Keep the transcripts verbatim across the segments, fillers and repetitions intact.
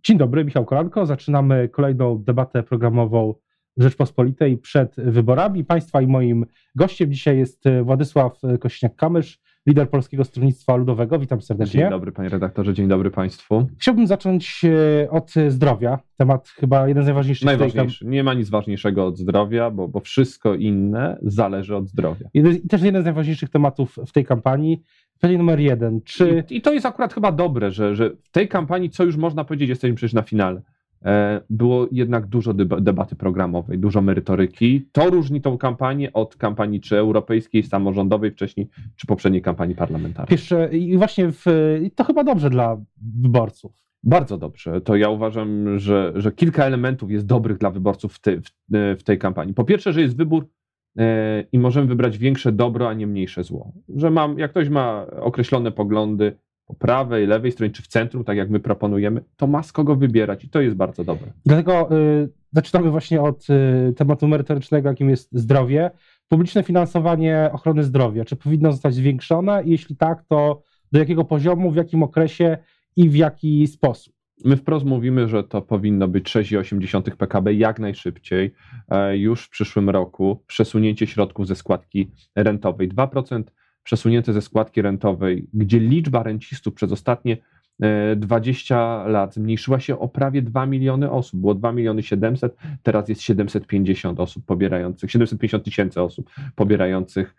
Dzień dobry, Michał Kolanko. Zaczynamy kolejną debatę programową w Rzeczpospolitej przed wyborami. Państwa i moim gościem dzisiaj jest Władysław Kosiniak-Kamysz, lider Polskiego Stronnictwa Ludowego. Witam serdecznie. Dzień dobry, panie redaktorze, dzień dobry państwu. Chciałbym zacząć od zdrowia. Temat chyba jeden z najważniejszych. Najważniejszy. Nie ma nic ważniejszego od zdrowia, bo, bo wszystko inne zależy od zdrowia. I też jeden z najważniejszych tematów w tej kampanii. Pytanie numer jeden. Czy... I, I to jest akurat chyba dobre, że, że w tej kampanii, co już można powiedzieć, jesteśmy przecież na finale, e, było jednak dużo debaty programowej, dużo merytoryki. To różni tą kampanię od kampanii czy europejskiej, samorządowej wcześniej, czy poprzedniej kampanii parlamentarnej. Pierwsze, i właśnie w, to chyba dobrze dla wyborców. Bardzo dobrze. To ja uważam, że, że kilka elementów jest dobrych dla wyborców w, te, w, w tej kampanii. Po pierwsze, że jest wybór i możemy wybrać większe dobro, a nie mniejsze zło. Że mam, jak ktoś ma określone poglądy po prawej, lewej stronie, czy w centrum, tak jak my proponujemy, to ma z kogo wybierać i to jest bardzo dobre. Dlatego y, zaczynamy właśnie od y, tematu merytorycznego, jakim jest zdrowie. Publiczne finansowanie ochrony zdrowia, czy powinno zostać zwiększone? I jeśli tak, to do jakiego poziomu, w jakim okresie i w jaki sposób? My wprost mówimy, że to powinno być sześć przecinek osiem P K B jak najszybciej, już w przyszłym roku, przesunięcie środków ze składki rentowej. dwa procent przesunięte ze składki rentowej, gdzie liczba rencistów przez ostatnie dwadzieścia lat zmniejszyła się o prawie dwa miliony osób. Było dwa miliony siedemset, teraz jest siedemset pięćdziesiąt osób pobierających, siedemset pięćdziesiąt tysięcy osób pobierających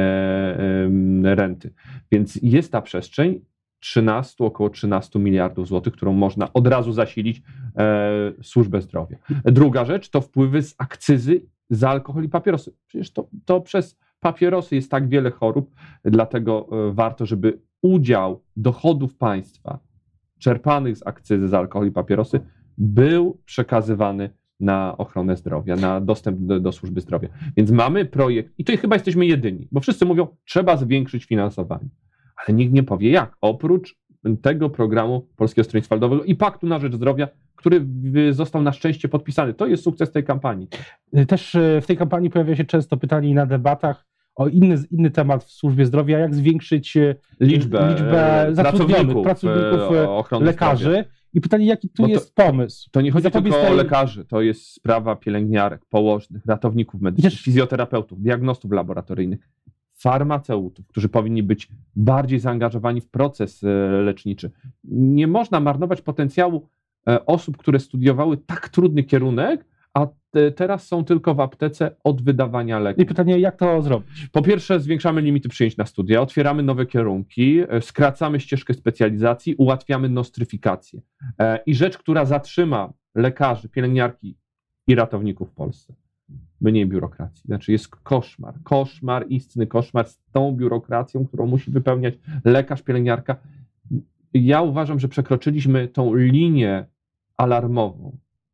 renty. Więc jest ta przestrzeń. trzynaście, około trzynaście miliardów złotych, którą można od razu zasilić e, służbę zdrowia. Druga rzecz to wpływy z akcyzy za alkohol i papierosy. Przecież to, to przez papierosy jest tak wiele chorób, dlatego e, warto, żeby udział dochodów państwa czerpanych z akcyzy za alkohol i papierosy był przekazywany na ochronę zdrowia, na dostęp do, do służby zdrowia. Więc mamy projekt i tutaj chyba jesteśmy jedyni, bo wszyscy mówią, trzeba zwiększyć finansowanie. Ale nikt nie powie jak. Oprócz tego programu Polskiego Stronnictwa Ludowego i Paktu na Rzecz Zdrowia, który został na szczęście podpisany. To jest sukces tej kampanii. Też w tej kampanii pojawia się często pytanie na debatach o inny, inny temat w służbie zdrowia, jak zwiększyć liczbę, liczbę zatrudnionych, pracowników, lekarzy. Zdrowia. I pytanie, jaki tu to, jest pomysł? To nie chodzi tylko tej... o lekarzy, to jest sprawa pielęgniarek, położnych, ratowników medycznych, też... fizjoterapeutów, diagnostów laboratoryjnych, farmaceutów, którzy powinni być bardziej zaangażowani w proces leczniczy. Nie można marnować potencjału osób, które studiowały tak trudny kierunek, a te, teraz są tylko w aptece od wydawania leków. I pytanie, jak to zrobić? Po pierwsze, zwiększamy limity przyjęć na studia, otwieramy nowe kierunki, skracamy ścieżkę specjalizacji, ułatwiamy nostryfikację. I rzecz, która zatrzyma lekarzy, pielęgniarki i ratowników w Polsce. Mniej biurokracji. Znaczy jest koszmar, koszmar, istny koszmar z tą biurokracją, którą musi wypełniać lekarz, pielęgniarka. Ja uważam, że przekroczyliśmy tą linię alarmową,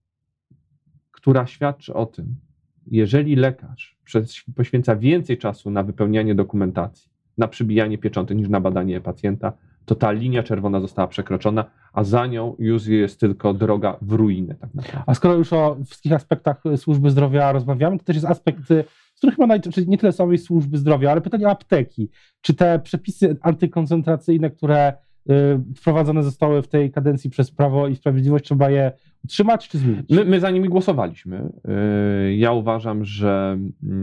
która świadczy o tym, jeżeli lekarz poświęca więcej czasu na wypełnianie dokumentacji, na przybijanie pieczątek niż na badanie pacjenta, to ta linia czerwona została przekroczona, a za nią już jest tylko droga w ruinę. Tak naprawdę. A skoro już o wszystkich aspektach służby zdrowia rozmawiamy, to też jest aspekt, który chyba naj... nie tyle samej służby zdrowia, ale pytanie o apteki. Czy te przepisy antykoncentracyjne, które y, wprowadzone zostały w tej kadencji przez Prawo i Sprawiedliwość, trzeba je utrzymać czy zmienić? My, my za nimi głosowaliśmy. Y, ja uważam, że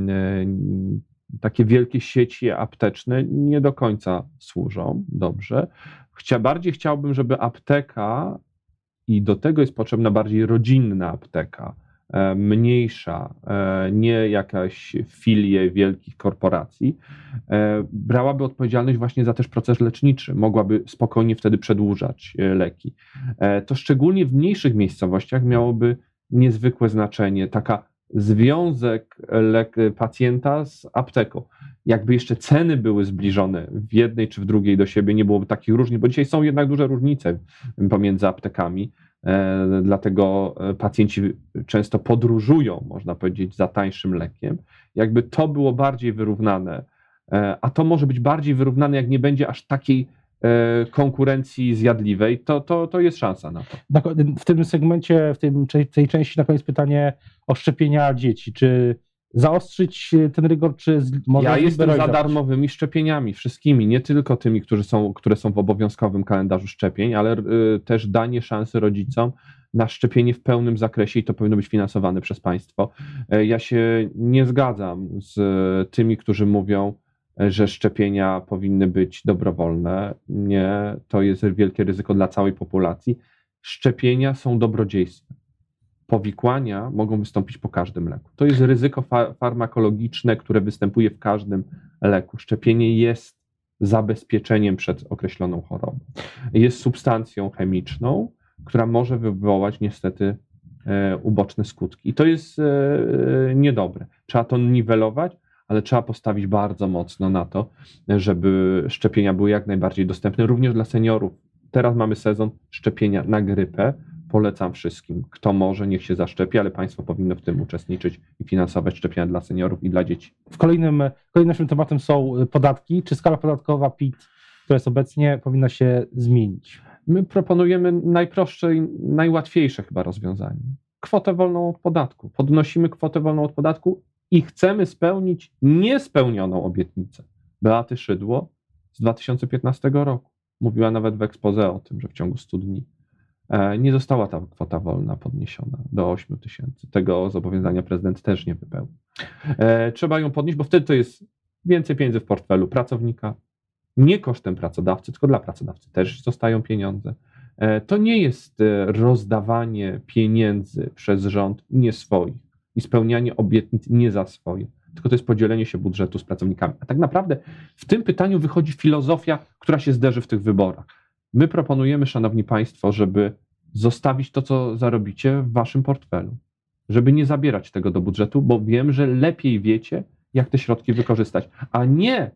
y, takie wielkie sieci apteczne nie do końca służą dobrze. Chcia, bardziej chciałbym, żeby apteka, i do tego jest potrzebna bardziej rodzinna apteka, e, mniejsza, e, nie jakaś filie wielkich korporacji, e, brałaby odpowiedzialność właśnie za też proces leczniczy, mogłaby spokojnie wtedy przedłużać e, leki. E, to szczególnie w mniejszych miejscowościach miałoby niezwykłe znaczenie, taka związek lek pacjenta z apteką. Jakby jeszcze ceny były zbliżone w jednej czy w drugiej do siebie, nie byłoby takich różnic, bo dzisiaj są jednak duże różnice pomiędzy aptekami, e, dlatego pacjenci często podróżują, można powiedzieć, za tańszym lekiem. Jakby to było bardziej wyrównane, e, a to może być bardziej wyrównane, jak nie będzie aż takiej e, konkurencji zjadliwej, to, to, to jest szansa na to. W tym segmencie, w tym, tej części na koniec pytanie o szczepienia dzieci. Czy zaostrzyć ten rygor, czy z, może Ja jestem za zliberalizować? darmowymi szczepieniami, wszystkimi, nie tylko tymi, którzy są, które są w obowiązkowym kalendarzu szczepień, ale y, też danie szansy rodzicom na szczepienie w pełnym zakresie i to powinno być finansowane przez państwo. Y, ja się nie zgadzam z tymi, którzy mówią, że szczepienia powinny być dobrowolne. Nie, to jest wielkie ryzyko dla całej populacji. Szczepienia są dobrodziejstwem. Powikłania mogą wystąpić po każdym leku. To jest ryzyko fa- farmakologiczne, które występuje w każdym leku. Szczepienie jest zabezpieczeniem przed określoną chorobą. Jest substancją chemiczną, która może wywołać niestety e, uboczne skutki. I to jest e, niedobre. Trzeba to niwelować, ale trzeba postawić bardzo mocno na to, żeby szczepienia były jak najbardziej dostępne, również dla seniorów. Teraz mamy sezon szczepienia na grypę. Polecam wszystkim. Kto może, niech się zaszczepi, ale państwo powinno w tym uczestniczyć i finansować szczepienia dla seniorów i dla dzieci. W kolejnym, kolejnym naszym tematem są podatki. Czy skala podatkowa P I T, która jest obecnie, powinna się zmienić? My proponujemy najprostsze i najłatwiejsze chyba rozwiązanie. Kwotę wolną od podatku. Podnosimy kwotę wolną od podatku i chcemy spełnić niespełnioną obietnicę Beaty Szydło z dwa tysiące piętnastego roku. Mówiła nawet w exposé o tym, że w ciągu stu dni nie została ta kwota wolna podniesiona do ośmiu tysięcy. Tego zobowiązania prezydent też nie wypełnił. Trzeba ją podnieść, bo wtedy to jest więcej pieniędzy w portfelu pracownika, nie kosztem pracodawcy, tylko dla pracodawcy też zostają pieniądze. To nie jest rozdawanie pieniędzy przez rząd nie swoich i spełnianie obietnic nie za swoje, tylko to jest podzielenie się budżetu z pracownikami. A tak naprawdę w tym pytaniu wychodzi filozofia, która się zderzy w tych wyborach. My proponujemy, szanowni państwo, żeby zostawić to, co zarobicie w waszym portfelu, żeby nie zabierać tego do budżetu, bo wiem, że lepiej wiecie, jak te środki wykorzystać, a nie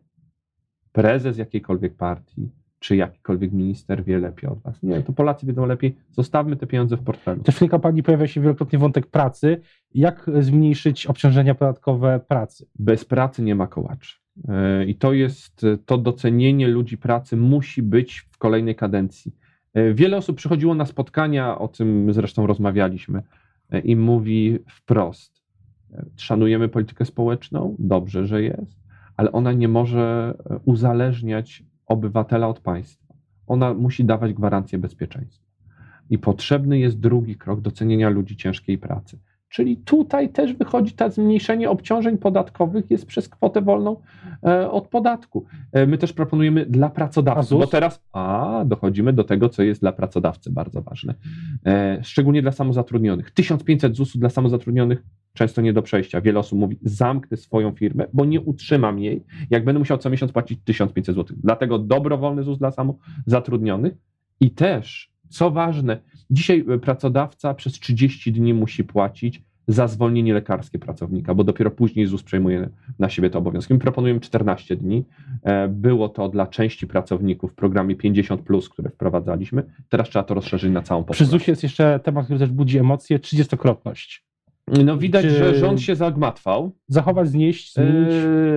prezes jakiejkolwiek partii, czy jakikolwiek minister wie lepiej od was. Nie, to Polacy wiedzą lepiej, zostawmy te pieniądze w portfelu. Też w tej kampanii pojawia się wielokrotnie wątek pracy. Jak zmniejszyć obciążenia podatkowe pracy? Bez pracy nie ma kołaczy. I to jest, to docenienie ludzi pracy musi być w kolejnej kadencji. Wiele osób przychodziło na spotkania, o tym zresztą rozmawialiśmy, i mówi wprost: szanujemy politykę społeczną, dobrze, że jest, ale ona nie może uzależniać obywatela od państwa. Ona musi dawać gwarancję bezpieczeństwa. I potrzebny jest drugi krok docenienia ludzi ciężkiej pracy. Czyli tutaj też wychodzi to zmniejszenie obciążeń podatkowych jest przez kwotę wolną e, od podatku. E, my też proponujemy dla pracodawcy, bo teraz a, dochodzimy do tego, co jest dla pracodawcy bardzo ważne. E, szczególnie dla samozatrudnionych. tysiąc pięćset zusu dla samozatrudnionych często nie do przejścia. Wiele osób mówi: zamknę swoją firmę, bo nie utrzymam jej, jak będę musiał co miesiąc płacić tysiąc pięćset złotych. Dlatego dobrowolny ZUS dla samozatrudnionych i też, co ważne, dzisiaj pracodawca przez trzydzieści dni musi płacić za zwolnienie lekarskie pracownika, bo dopiero później ZUS przejmuje na siebie te obowiązki. My proponujemy czternaście dni. Było to dla części pracowników w programie pięćdziesiąt plus, które wprowadzaliśmy. Teraz trzeba to rozszerzyć na całą populację. Przy zusie jest jeszcze temat, który też budzi emocje: trzydziestokrotność. No widać, Czy że rząd się zagmatwał. Zachować, znieść, zmienić?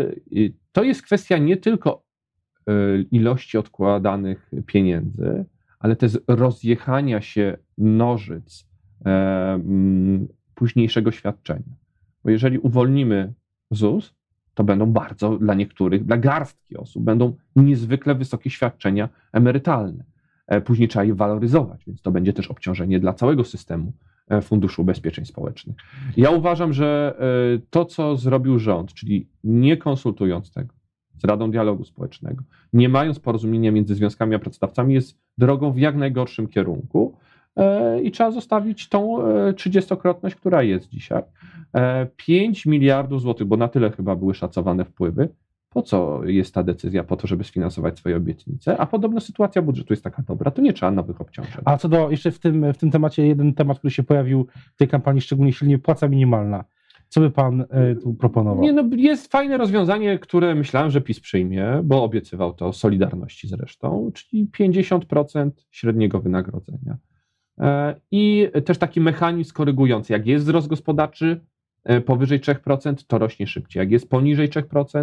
To jest kwestia nie tylko ilości odkładanych pieniędzy, ale też rozjechania się nożyc e, późniejszego świadczenia. Bo jeżeli uwolnimy ZUS, to będą bardzo dla niektórych, dla garstki osób, będą niezwykle wysokie świadczenia emerytalne. E, później trzeba je waloryzować, więc to będzie też obciążenie dla całego systemu Funduszu Ubezpieczeń Społecznych. Ja uważam, że e, to, co zrobił rząd, czyli nie konsultując tego z Radą Dialogu Społecznego, nie mając porozumienia między związkami a pracodawcami, jest drogą w jak najgorszym kierunku e, i trzeba zostawić tą e, trzydziestokrotność, która jest dzisiaj. E, pięć miliardów złotych, bo na tyle chyba były szacowane wpływy. Po co jest ta decyzja? Po to, żeby sfinansować swoje obietnice, a podobno sytuacja budżetu jest taka dobra, to nie trzeba nowych obciążeń. A co do, jeszcze w tym, w tym temacie jeden temat, który się pojawił w tej kampanii szczególnie silnie: płaca minimalna. Co by pan y, tu proponował? Nie, no, jest fajne rozwiązanie, które myślałem, że PiS przyjmie, bo obiecywał to Solidarności zresztą, czyli pięćdziesiąt procent średniego wynagrodzenia. E, I też taki mechanizm korygujący. Jak jest wzrost gospodarczy e, powyżej trzy procent, to rośnie szybciej. Jak jest poniżej trzy procent,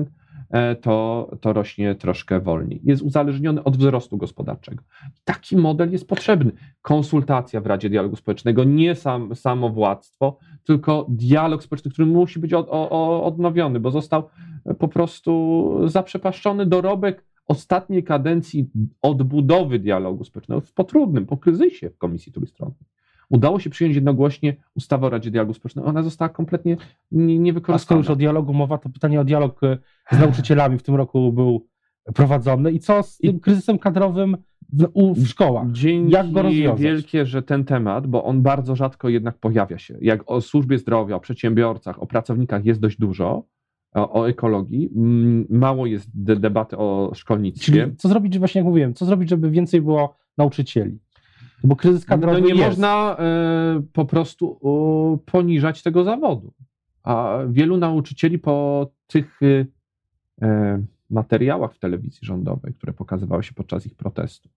to, to rośnie troszkę wolniej. Jest uzależniony od wzrostu gospodarczego. Taki model jest potrzebny. Konsultacja w Radzie Dialogu Społecznego, nie sam, samowładztwo, tylko dialog społeczny, który musi być od, o, odnowiony, bo został po prostu zaprzepaszczony dorobek ostatniej kadencji odbudowy dialogu społecznego po trudnym, po kryzysie w Komisji Trójstronnej. Udało się przyjąć jednogłośnie ustawę o Radzie Dialogu Społecznego. Ona została kompletnie niewykorzystana. A skoro już o dialogu mowa, to pytanie o dialog z nauczycielami w tym roku był prowadzony. I co z tym kryzysem kadrowym w, u, w szkołach? Dzięki Jak go rozwiązać? Wielkie, że ten temat, bo on bardzo rzadko jednak pojawia się. Jak o służbie zdrowia, o przedsiębiorcach, o pracownikach jest dość dużo, o, o ekologii, mało jest de, debaty o szkolnictwie. Czyli co zrobić, właśnie jak mówiłem, co zrobić, żeby więcej było nauczycieli? Bo kryzys kadrowy no nie jest. można y, po prostu y, poniżać tego zawodu. A wielu nauczycieli po tych y, y, materiałach w telewizji rządowej, które pokazywały się podczas ich protestu,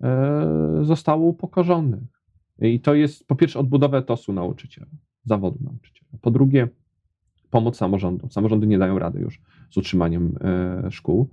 y, zostało upokorzonych. I to jest po pierwsze odbudowa etosu nauczyciela, zawodu nauczyciela. Po drugie pomoc samorządom. Samorządy nie dają rady już z utrzymaniem y, szkół.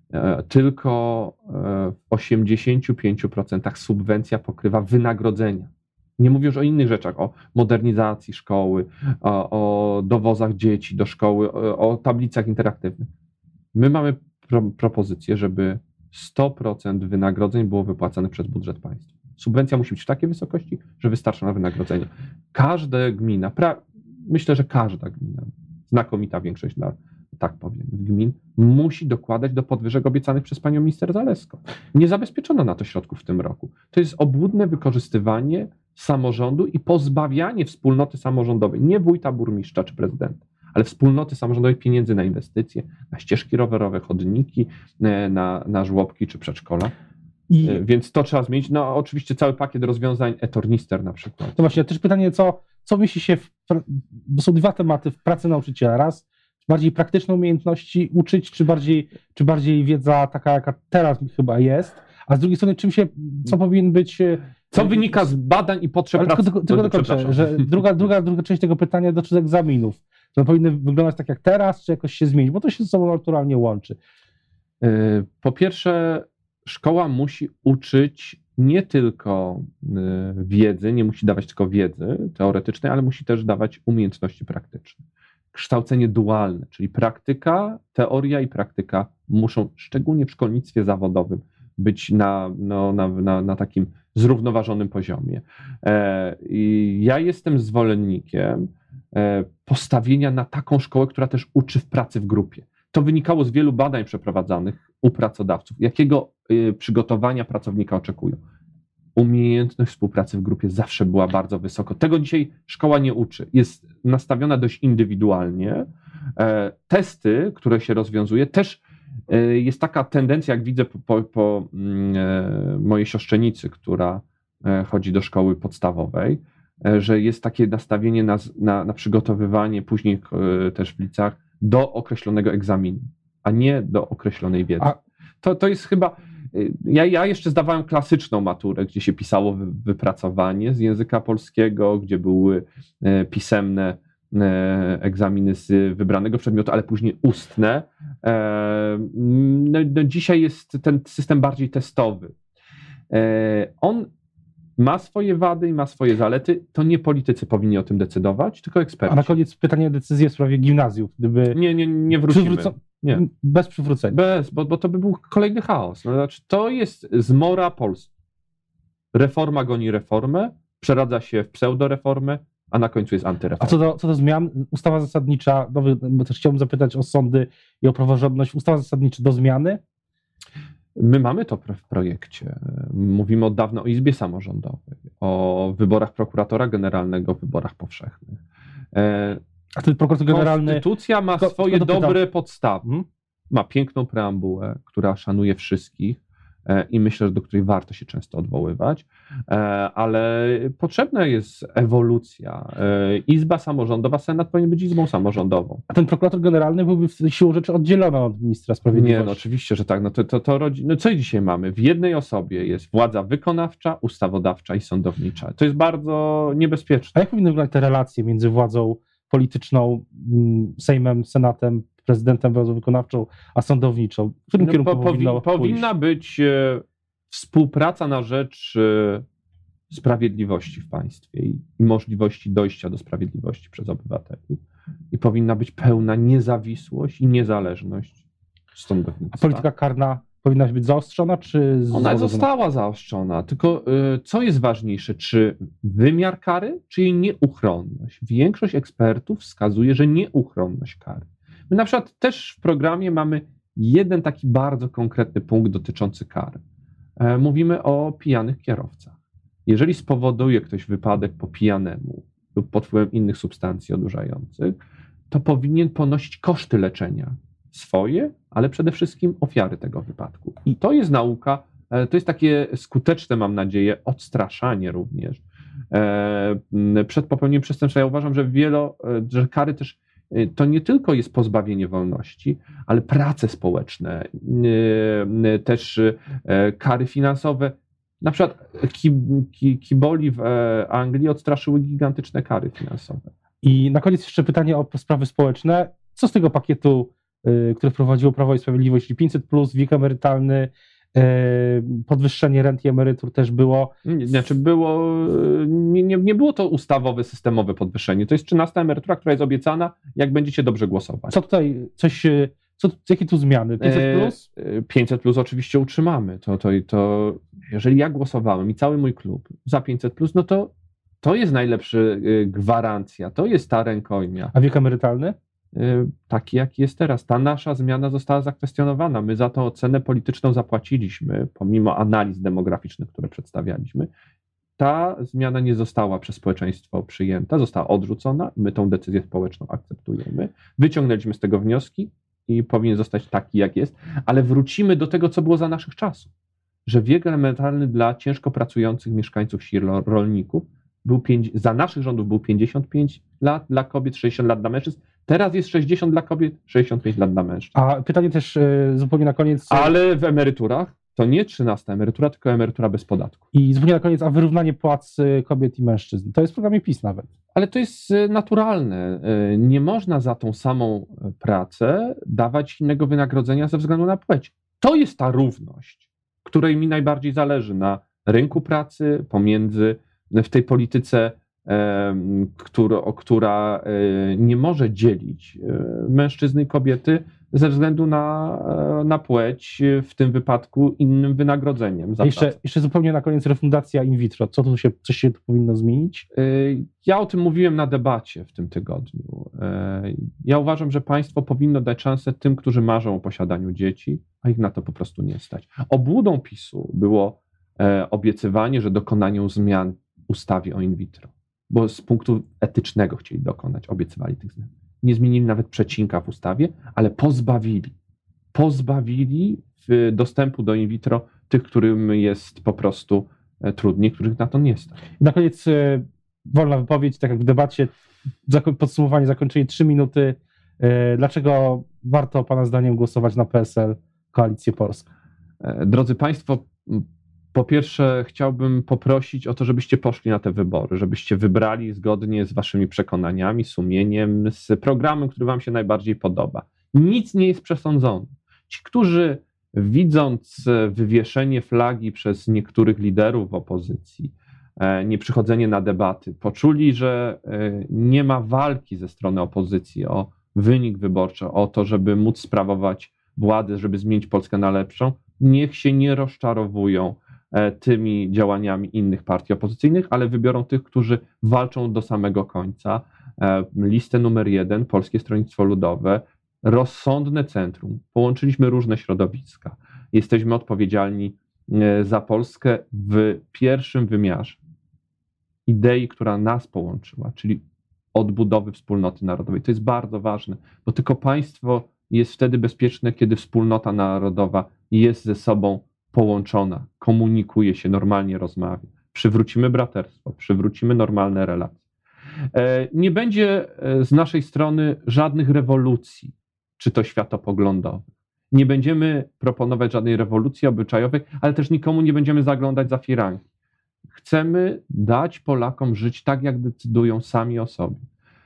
Tylko w osiemdziesięciu pięciu procentach subwencja pokrywa wynagrodzenia. Nie mówię już o innych rzeczach, o modernizacji szkoły, o, o dowozach dzieci do szkoły, o, o tablicach interaktywnych. My mamy pro, propozycję, żeby sto procent wynagrodzeń było wypłacane przez budżet państwa. Subwencja musi być w takiej wysokości, że wystarcza na wynagrodzenie. Każda gmina, pra, myślę, że każda gmina, znakomita większość dla tak powiem, gmin, musi dokładać do podwyżek obiecanych przez panią minister Zalewską. Nie zabezpieczono na to środków w tym roku. To jest obłudne wykorzystywanie samorządu i pozbawianie wspólnoty samorządowej, nie wójta, burmistrza czy prezydenta, ale wspólnoty samorządowej pieniędzy na inwestycje, na ścieżki rowerowe, chodniki, na, na żłobki czy przedszkola. I... Więc to trzeba zmienić. No oczywiście cały pakiet rozwiązań, e-tornister na przykład. To właśnie też pytanie, co, co myśli się, w, bo są dwa tematy w pracy nauczyciela. Raz, bardziej praktyczne umiejętności uczyć, czy bardziej, czy bardziej wiedza taka, jaka teraz chyba jest, a z drugiej strony czym się, co powinien być... Co wynika z badań i potrzeb pracy? Tylko, tylko dokończę, że druga, druga, druga część tego pytania dotyczy egzaminów. Czy one powinny wyglądać tak jak teraz, czy jakoś się zmienić, bo to się ze sobą naturalnie łączy. Po pierwsze, szkoła musi uczyć nie tylko wiedzy, nie musi dawać tylko wiedzy teoretycznej, ale musi też dawać umiejętności praktyczne. Kształcenie dualne, czyli praktyka, teoria i praktyka muszą, szczególnie w szkolnictwie zawodowym, być na, no, na, na, na takim zrównoważonym poziomie. E, i ja jestem zwolennikiem e, postawienia na taką szkołę, która też uczy w pracy w grupie. To wynikało z wielu badań przeprowadzanych u pracodawców. Jakiego e, przygotowania pracownika oczekują? Umiejętność współpracy w grupie zawsze była bardzo wysoko. Tego dzisiaj szkoła nie uczy. Jest nastawiona dość indywidualnie. E, testy, które się rozwiązuje, też e, jest taka tendencja, jak widzę po, po, po e, mojej siostrzenicy, która e, chodzi do szkoły podstawowej, e, że jest takie nastawienie na, na, na przygotowywanie później e, też w liceach do określonego egzaminu, a nie do określonej wiedzy. A... To, to jest chyba... Ja, ja jeszcze zdawałem klasyczną maturę, gdzie się pisało wypracowanie z języka polskiego, gdzie były pisemne egzaminy z wybranego przedmiotu, ale później ustne. No, no dzisiaj jest ten system bardziej testowy. On ma swoje wady i ma swoje zalety. To nie politycy powinni o tym decydować, tylko eksperci. A na koniec pytanie o decyzję w sprawie gimnazjów. Gdyby... Nie, nie, nie wrócimy. Przywróco... Nie. Bez przywrócenia. Bez, bo, bo to by był kolejny chaos. No, znaczy, to jest zmora Polski. Reforma goni reformę, przeradza się w pseudoreformę, a na końcu jest antyreforma. A co do, co do zmian, ustawa zasadnicza, no, bo też chciałbym zapytać o sądy i o praworządność. Ustawa zasadnicza do zmiany? My mamy to w projekcie. Mówimy od dawna o Izbie Samorządowej, o wyborach prokuratora generalnego, wyborach powszechnych. E, A ten prokurator generalny... Konstytucja ma tylko, swoje tylko dobre podstawy. Hmm? Ma piękną preambułę, która szanuje wszystkich e, i myślę, że do której warto się często odwoływać, e, ale potrzebna jest ewolucja. E, Izba Samorządowa, Senat powinien być izbą samorządową. A ten prokurator generalny byłby siłą rzeczy oddzielony od ministra sprawiedliwości? Nie, no oczywiście, że tak. No to, to, to rodzi... no co dzisiaj mamy? W jednej osobie jest władza wykonawcza, ustawodawcza i sądownicza. To jest bardzo niebezpieczne. A jak powinny wyglądać te relacje między władzą polityczną, Sejmem, Senatem, prezydentem, władzą wykonawczą, a sądowniczą? W którym no, kierunku po, powinno powinna pójść? być e, współpraca na rzecz e, sprawiedliwości w państwie i, i możliwości dojścia do sprawiedliwości przez obywateli. I powinna być pełna niezawisłość i niezależność sądownictwa. A polityka karna powinna być zaostrzona, czy Ona złagodzona? została zaostrzona, tylko y, co jest ważniejsze, czy wymiar kary, czy jej nieuchronność? Większość ekspertów wskazuje, że nieuchronność kary. My na przykład też w programie mamy jeden taki bardzo konkretny punkt dotyczący kary. E, mówimy o pijanych kierowcach. Jeżeli spowoduje ktoś wypadek po pijanemu lub pod wpływem innych substancji odurzających, to powinien ponosić koszty leczenia. Swoje, ale przede wszystkim ofiary tego wypadku. I to jest nauka, to jest takie skuteczne, mam nadzieję, odstraszanie również przed popełnieniem przestępstwa. Ja uważam, że wielo, że kary też to nie tylko jest pozbawienie wolności, ale prace społeczne, też kary finansowe. Na przykład kiboli w Anglii odstraszyły gigantyczne kary finansowe. I na koniec jeszcze pytanie o sprawy społeczne. Co z tego pakietu, który wprowadziło Prawo i Sprawiedliwość, czyli pięćset plus, wiek emerytalny, podwyższenie rent i emerytur też było? Znaczy było, nie, nie, nie było to ustawowe, systemowe podwyższenie. To jest trzynasta emerytura, która jest obiecana, jak będziecie dobrze głosować. Co tutaj, coś, co, jakie tu zmiany? pięćset plus? pięćset plus oczywiście utrzymamy. To, to, to, jeżeli ja głosowałem i cały mój klub za pięćset plus, no to to jest najlepsza gwarancja, to jest ta rękojmia. A wiek emerytalny? Taki, jaki jest teraz. Ta nasza zmiana została zakwestionowana. My za tą ocenę polityczną zapłaciliśmy, pomimo analiz demograficznych, które przedstawialiśmy. Ta zmiana nie została przez społeczeństwo przyjęta, została odrzucona. My tą decyzję społeczną akceptujemy. Wyciągnęliśmy z tego wnioski i powinien zostać taki, jak jest, ale wrócimy do tego, co było za naszych czasów. Że wiek emerytalny dla ciężko pracujących mieszkańców wsi, rolników był pięć, za naszych rządów był pięćdziesiąt pięć lat dla kobiet, sześćdziesiąt lat dla mężczyzn. Teraz jest sześćdziesiąt dla kobiet, sześćdziesiąt pięć lat dla mężczyzn. A pytanie też y, zupełnie na koniec. Ale w emeryturach to nie trzynasta emerytura, tylko emerytura bez podatku. I zupełnie na koniec, a wyrównanie płac kobiet i mężczyzn. To jest w programie PiS nawet. Ale to jest naturalne. Nie można za tą samą pracę dawać innego wynagrodzenia ze względu na płeć. To jest ta równość, której mi najbardziej zależy na rynku pracy, pomiędzy w tej polityce, która, która nie może dzielić mężczyzny i kobiety ze względu na, na płeć, w tym wypadku innym wynagrodzeniem za jeszcze, pracę. jeszcze zupełnie na koniec refundacja in vitro. Co tu się, coś się tu powinno zmienić? Ja o tym mówiłem na debacie w tym tygodniu. Ja uważam, że państwo powinno dać szansę tym, którzy marzą o posiadaniu dzieci, a ich na to po prostu nie stać. Obłudą PiSu było obiecywanie, że dokonają zmian w ustawie o in vitro, bo z punktu etycznego chcieli dokonać, obiecywali tych zmian. Nie zmienili nawet przecinka w ustawie, ale pozbawili, pozbawili dostępu do in vitro tych, którym jest po prostu trudniej, których na to nie stać. Na koniec y, wolna wypowiedź, tak jak w debacie, podsumowanie, zakończenie, trzy minuty. Y, dlaczego warto Pana zdaniem głosować na P S L, Koalicję Polską? Drodzy Państwo, po pierwsze chciałbym poprosić o to, żebyście poszli na te wybory, żebyście wybrali zgodnie z waszymi przekonaniami, sumieniem, z programem, który wam się najbardziej podoba. Nic nie jest przesądzone. Ci, którzy widząc wywieszenie flagi przez niektórych liderów opozycji, nieprzychodzenie na debaty, poczuli, że nie ma walki ze strony opozycji o wynik wyborczy, o to, żeby móc sprawować władzę, żeby zmienić Polskę na lepszą, niech się nie rozczarowują tymi działaniami innych partii opozycyjnych, ale wybiorą tych, którzy walczą do samego końca. Listę numer jeden, Polskie Stronnictwo Ludowe, rozsądne centrum. Połączyliśmy różne środowiska. Jesteśmy odpowiedzialni za Polskę w pierwszym wymiarze idei, która nas połączyła, czyli odbudowy wspólnoty narodowej. To jest bardzo ważne, bo tylko państwo jest wtedy bezpieczne, kiedy wspólnota narodowa jest ze sobą połączona, komunikuje się, normalnie rozmawia. Przywrócimy braterstwo, przywrócimy normalne relacje. Nie będzie z naszej strony żadnych rewolucji, czy to światopoglądowych. Nie będziemy proponować żadnej rewolucji obyczajowej, ale też nikomu nie będziemy zaglądać za firanki. Chcemy dać Polakom żyć tak, jak decydują sami o sobie.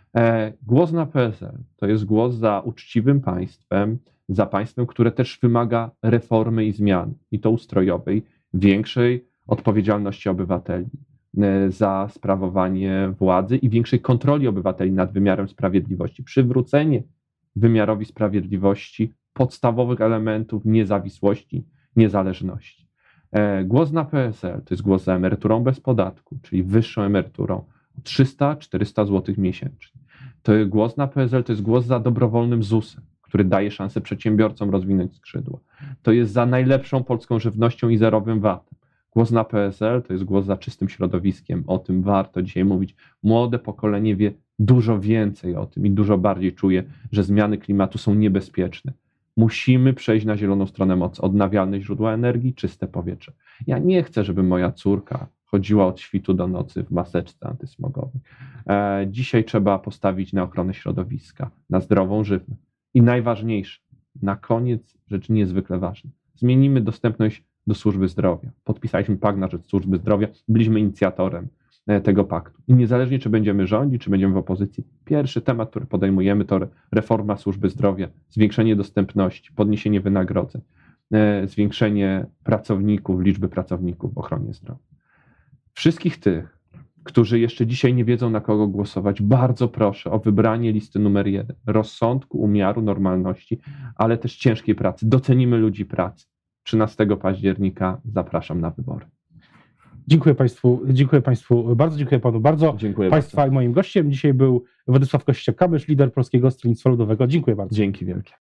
E, głos na P S L to jest głos za uczciwym państwem, za państwem, które też wymaga reformy i zmian, i to ustrojowej, większej odpowiedzialności obywateli e, za sprawowanie władzy i większej kontroli obywateli nad wymiarem sprawiedliwości, przywrócenie wymiarowi sprawiedliwości podstawowych elementów niezawisłości, niezależności. E, głos na P S L to jest głos za emeryturą bez podatku, czyli wyższą emeryturą trzysta czterysta złotych miesięcznie. To jest głos na P S L to jest głos za dobrowolnym ZUS-em, który daje szansę przedsiębiorcom rozwinąć skrzydła. To jest za najlepszą polską żywnością i zerowym V A T-em. Głos na P S L to jest głos za czystym środowiskiem. O tym warto dzisiaj mówić. Młode pokolenie wie dużo więcej o tym i dużo bardziej czuje, że zmiany klimatu są niebezpieczne. Musimy przejść na zieloną stronę mocy. Odnawialne źródła energii, czyste powietrze. Ja nie chcę, żeby moja córka chodziła od świtu do nocy w maseczce antysmogowej. E, dzisiaj trzeba postawić na ochronę środowiska, na zdrową żywność. I najważniejsze, na koniec rzecz niezwykle ważna. Zmienimy dostępność do służby zdrowia. Podpisaliśmy pakt na rzecz służby zdrowia, byliśmy inicjatorem tego paktu. I niezależnie, czy będziemy rządzić, czy będziemy w opozycji, pierwszy temat, który podejmujemy, to reforma służby zdrowia, zwiększenie dostępności, podniesienie wynagrodzeń, zwiększenie pracowników, liczby pracowników w ochronie zdrowia. Wszystkich tych, którzy jeszcze dzisiaj nie wiedzą, na kogo głosować, bardzo proszę o wybranie listy numer jeden. Rozsądku, umiaru, normalności, ale też ciężkiej pracy. Docenimy ludzi pracy. trzynastego października zapraszam na wybory. Dziękuję Państwu, dziękuję Państwu, bardzo dziękuję Panu bardzo. Dziękuję Państwa bardzo. I moim gościem dzisiaj był Władysław Kościak-Kamysz, lider Polskiego Stronnictwa Ludowego. Dziękuję bardzo. Dzięki wielkie.